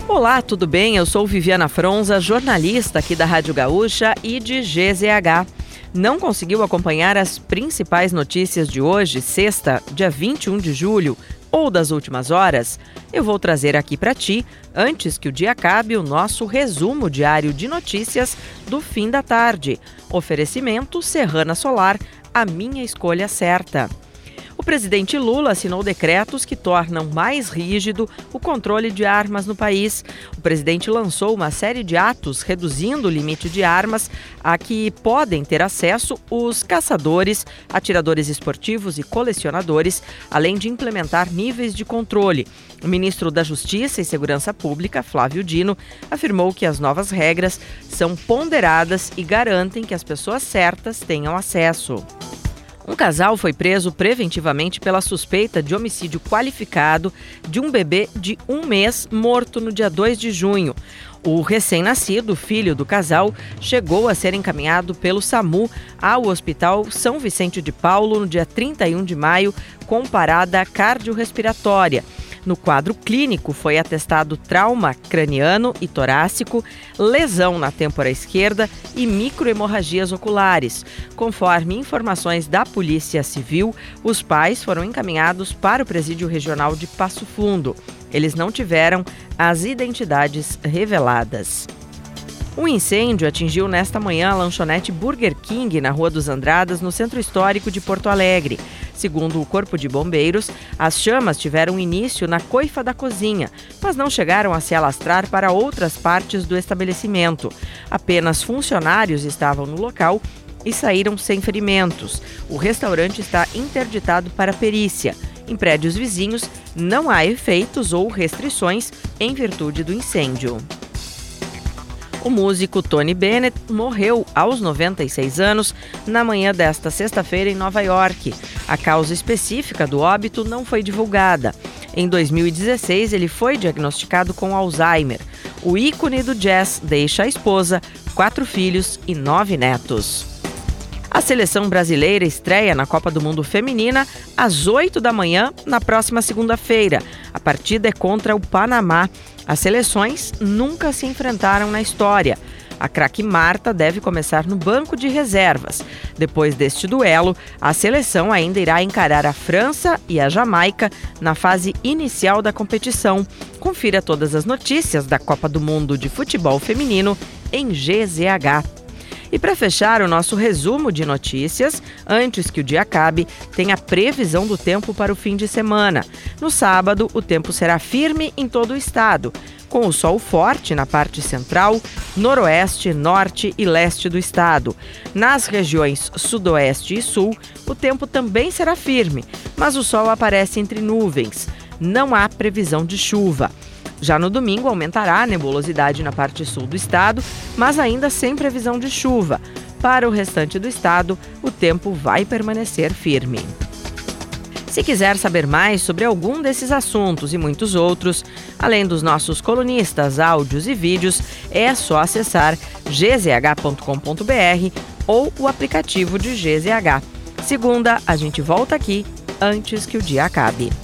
Olá, tudo bem? Eu sou Viviana Fronza, jornalista aqui da Rádio Gaúcha e de GZH. Não conseguiu acompanhar as principais notícias de hoje, sexta, dia 21 de julho, ou das últimas horas? Eu vou trazer aqui para ti, antes que o dia acabe, o nosso resumo diário de notícias do fim da tarde. Oferecimento Serrana Solar, a minha escolha certa. O presidente Lula assinou decretos que tornam mais rígido o controle de armas no país. O presidente lançou uma série de atos reduzindo o limite de armas a que podem ter acesso os caçadores, atiradores esportivos e colecionadores, além de implementar níveis de controle. O ministro da Justiça e Segurança Pública, Flávio Dino, afirmou que as novas regras são ponderadas e garantem que as pessoas certas tenham acesso. Um casal foi preso preventivamente pela suspeita de homicídio qualificado de um bebê de 1 mês morto no dia 2 de junho. O recém-nascido, filho do casal, chegou a ser encaminhado pelo SAMU ao Hospital São Vicente de Paulo no dia 31 de maio com parada cardiorrespiratória. No quadro clínico foi atestado trauma craniano e torácico, lesão na têmpora esquerda e microhemorragias oculares. Conforme informações da Polícia Civil, os pais foram encaminhados para o Presídio Regional de Passo Fundo. Eles não tiveram as identidades reveladas. Um incêndio atingiu nesta manhã a lanchonete Burger King na Rua dos Andradas, no centro histórico de Porto Alegre. Segundo o Corpo de Bombeiros, as chamas tiveram início na coifa da cozinha, mas não chegaram a se alastrar para outras partes do estabelecimento. Apenas funcionários estavam no local e saíram sem ferimentos. O restaurante está interditado para perícia. Em prédios vizinhos, não há efeitos ou restrições em virtude do incêndio. O músico Tony Bennett morreu aos 96 anos na manhã desta sexta-feira em Nova York. A causa específica do óbito não foi divulgada. Em 2016, ele foi diagnosticado com Alzheimer. O ícone do jazz deixa a esposa, 4 filhos e 9 netos. A seleção brasileira estreia na Copa do Mundo Feminina às 8 da manhã na próxima segunda-feira. A partida é contra o Panamá. As seleções nunca se enfrentaram na história. A craque Marta deve começar no banco de reservas. Depois deste duelo, a seleção ainda irá encarar a França e a Jamaica na fase inicial da competição. Confira todas as notícias da Copa do Mundo de Futebol Feminino em GZH. E para fechar o nosso resumo de notícias, antes que o dia acabe, tem a previsão do tempo para o fim de semana. No sábado, o tempo será firme em todo o estado, com o sol forte na parte central, noroeste, norte e leste do estado. Nas regiões sudoeste e sul, o tempo também será firme, mas o sol aparece entre nuvens. Não há previsão de chuva. Já no domingo aumentará a nebulosidade na parte sul do estado, mas ainda sem previsão de chuva. Para o restante do estado, o tempo vai permanecer firme. Se quiser saber mais sobre algum desses assuntos e muitos outros, além dos nossos colunistas, áudios e vídeos, é só acessar gzh.com.br ou o aplicativo de GZH. Segunda, a gente volta aqui antes que o dia acabe.